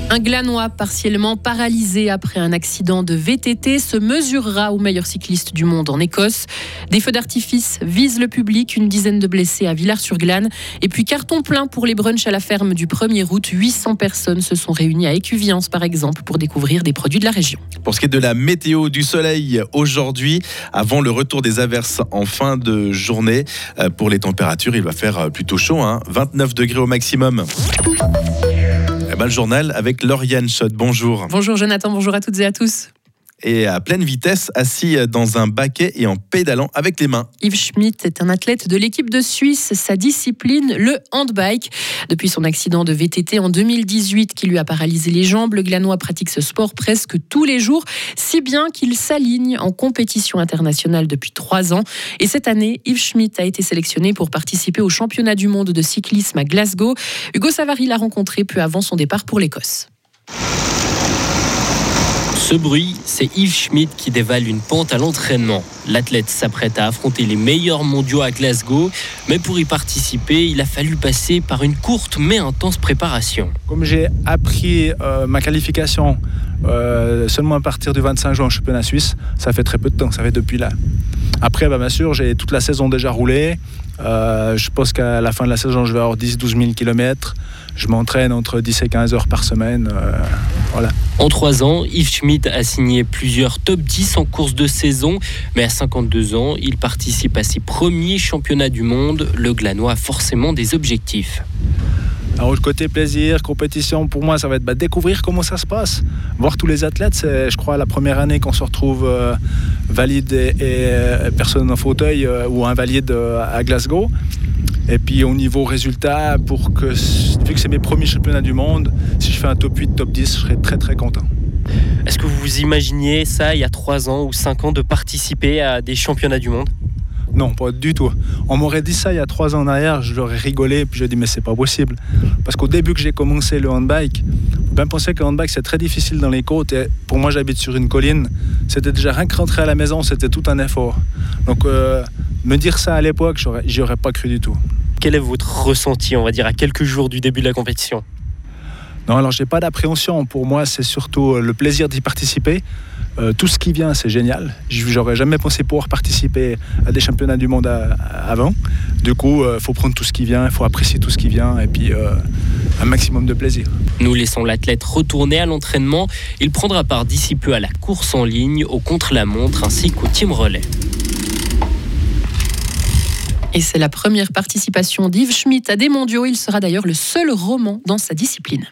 Un Glanois partiellement paralysé après un accident de VTT se mesurera au meilleur cycliste du monde en Écosse. Des feux d'artifice visent le public, une dizaine de blessés à Villars-sur-Glâne. Et puis carton plein pour les brunchs à la ferme du 1er août. 800 personnes se sont réunies à Écuviance par exemple pour découvrir des produits de la région. Pour ce qui est de la météo, du soleil aujourd'hui, avant le retour des averses en fin de journée. Pour les températures, il va faire plutôt chaud, 29 degrés au maximum. Le journal avec Lauriane Schott. Bonjour. Bonjour Jonathan, bonjour à toutes et à tous. Et à pleine vitesse, assis dans un baquet et en pédalant avec les mains. Yves Schmitt est un athlète de l'équipe de Suisse. Sa discipline, le handbike. Depuis son accident de VTT en 2018 qui lui a paralysé les jambes, le Glanois pratique ce sport presque tous les jours, si bien qu'il s'aligne en compétition internationale depuis 3 ans. Et cette année, Yves Schmitt a été sélectionné pour participer au championnat du monde de cyclisme à Glasgow. Hugo Savary l'a rencontré peu avant son départ pour l'Écosse. Ce bruit, c'est Yves Schmitt qui dévale une pente à l'entraînement. L'athlète s'apprête à affronter les meilleurs mondiaux à Glasgow, mais pour y participer, il a fallu passer par une courte mais intense préparation. Comme j'ai appris ma qualification seulement à partir du 25 juin au championnat suisse, ça fait très peu de temps, ça fait depuis là. Après, bien sûr, j'ai toute la saison déjà roulé. Je pense qu'à la fin de la saison, je vais avoir 10-12 000 km. Je m'entraîne entre 10 et 15 heures par semaine. Voilà. En 3 ans, Yves Schmitt a signé plusieurs top 10 en course de saison. Mais à 52 ans, il participe à ses premiers championnats du monde. Le Glanois a forcément des objectifs. Alors, le côté plaisir, compétition, pour moi, ça va être découvrir comment ça se passe. Voir tous les athlètes, c'est, je crois, la première année qu'on se retrouve valide et personne en fauteuil ou invalide à Glasgow. Et puis au niveau résultat, vu que c'est mes premiers championnats du monde, si je fais un top 8, top 10, je serai très très content. Est-ce que vous imaginiez ça il y a 3 ans ou 5 ans de participer à des championnats du monde ? Non, pas du tout. On m'aurait dit ça il y a 3 ans en arrière, je l'aurais rigolé, puis j'ai dit mais c'est pas possible. Parce qu'au début que j'ai commencé le handbike, je pensais que le handbike c'est très difficile dans les côtes. Et pour moi j'habite sur une colline, c'était déjà rien que rentrer à la maison, c'était tout un effort. Donc me dire ça à l'époque, j'y aurais pas cru du tout. Quel est votre ressenti, on va dire, à quelques jours du début de la compétition ? Non, alors j'ai pas d'appréhension. Pour moi, c'est surtout le plaisir d'y participer. Tout ce qui vient, c'est génial. J'aurais jamais pensé pouvoir participer à des championnats du monde avant. Du coup, il faut prendre tout ce qui vient, il faut apprécier tout ce qui vient et puis un maximum de plaisir. Nous laissons l'athlète retourner à l'entraînement. Il prendra part d'ici peu à la course en ligne, au contre-la-montre ainsi qu'au team relais. Et c'est la première participation d'Yves Schmitt à des mondiaux. Il sera d'ailleurs le seul roman dans sa discipline.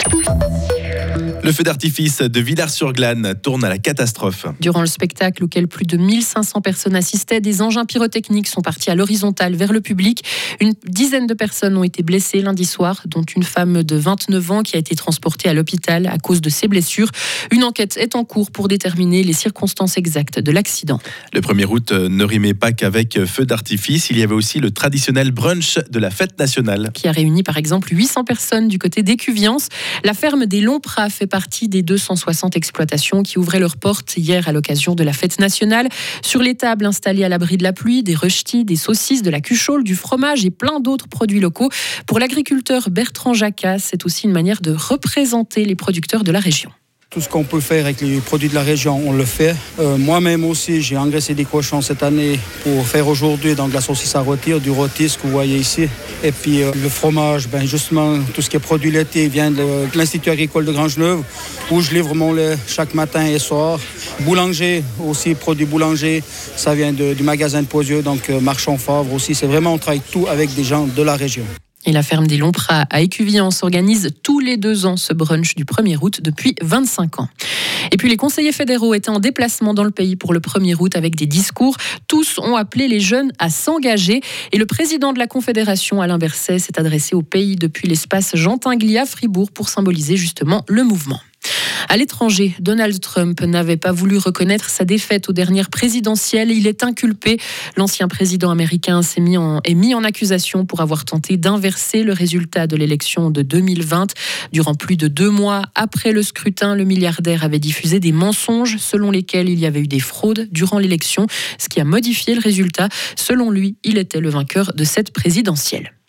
Le feu d'artifice de Villars-sur-Glâne tourne à la catastrophe. Durant le spectacle auquel plus de 1500 personnes assistaient, des engins pyrotechniques sont partis à l'horizontale vers le public. Une dizaine de personnes ont été blessées lundi soir, dont une femme de 29 ans qui a été transportée à l'hôpital à cause de ses blessures. Une enquête est en cours pour déterminer les circonstances exactes de l'accident. Le 1er août ne rimait pas qu'avec feu d'artifice. Il y avait aussi le traditionnel brunch de la fête nationale, qui a réuni par exemple 800 personnes du côté d'Écuviance. La ferme des Lomprats fait partie des 260 exploitations qui ouvraient leurs portes hier à l'occasion de la fête nationale. Sur les tables installées à l'abri de la pluie, des röstis, des saucisses, de la cuchole, du fromage et plein d'autres produits locaux. Pour l'agriculteur Bertrand Jacquat, c'est aussi une manière de représenter les producteurs de la région. Tout ce qu'on peut faire avec les produits de la région, on le fait. Moi-même aussi, j'ai engraissé des cochons cette année pour faire aujourd'hui donc la saucisse à rôtir, du rôti, ce que vous voyez ici. Et puis le fromage, justement, tout ce qui est produit laitier vient de l'Institut agricole de Grangeneuve, où je livre mon lait chaque matin et soir. Boulanger aussi, produits boulanger, ça vient du magasin de Posieux, donc Marchand Favre aussi. C'est vraiment, on travaille tout avec des gens de la région. Et la ferme des Lomprats à Écuviance organise tous les 2 ans ce brunch du 1er août depuis 25 ans. Et puis les conseillers fédéraux étaient en déplacement dans le pays pour le 1er août avec des discours. Tous ont appelé les jeunes à s'engager. Et le président de la Confédération, Alain Berset, s'est adressé au pays depuis l'espace Jean Tinguely à Fribourg pour symboliser justement le mouvement. À l'étranger, Donald Trump n'avait pas voulu reconnaître sa défaite aux dernières présidentielles. Il est inculpé. L'ancien président américain est mis en accusation pour avoir tenté d'inverser le résultat de l'élection de 2020. Durant plus de 2 mois après le scrutin, le milliardaire avait diffusé des mensonges selon lesquels il y avait eu des fraudes durant l'élection, ce qui a modifié le résultat. Selon lui, il était le vainqueur de cette présidentielle.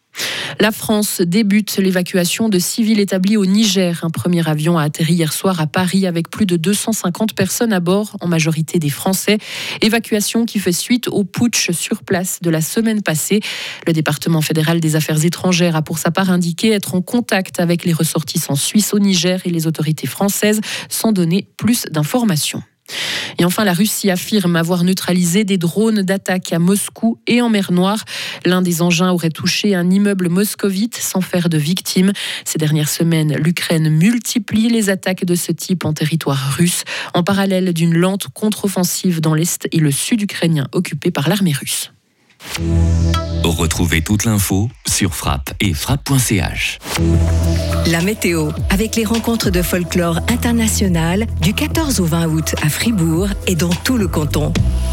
La France débute l'évacuation de civils établis au Niger. Un premier avion a atterri hier soir à Paris avec plus de 250 personnes à bord, en majorité des Français. Évacuation qui fait suite au putsch sur place de la semaine passée. Le département fédéral des affaires étrangères a pour sa part indiqué être en contact avec les ressortissants suisses au Niger et les autorités françaises sans donner plus d'informations. Et enfin, la Russie affirme avoir neutralisé des drones d'attaque à Moscou et en mer Noire. L'un des engins aurait touché un immeuble moscovite sans faire de victimes. Ces dernières semaines, l'Ukraine multiplie les attaques de ce type en territoire russe, en parallèle d'une lente contre-offensive dans l'est et le sud ukrainien occupé par l'armée russe. Retrouvez toute l'info sur Frappe et frappe.ch. La météo, avec les rencontres de folklore international du 14 au 20 août à Fribourg et dans tout le canton.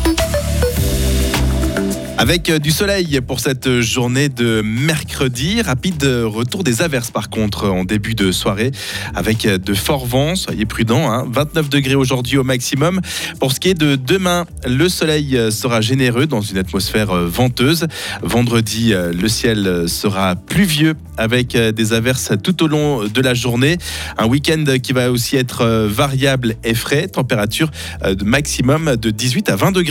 Avec du soleil pour cette journée de mercredi. Rapide retour des averses par contre en début de soirée avec de forts vents. Soyez prudents, 29 degrés aujourd'hui au maximum. Pour ce qui est de demain, le soleil sera généreux dans une atmosphère venteuse. Vendredi, le ciel sera pluvieux avec des averses tout au long de la journée. Un week-end qui va aussi être variable et frais. Température maximum de 18 à 20 degrés.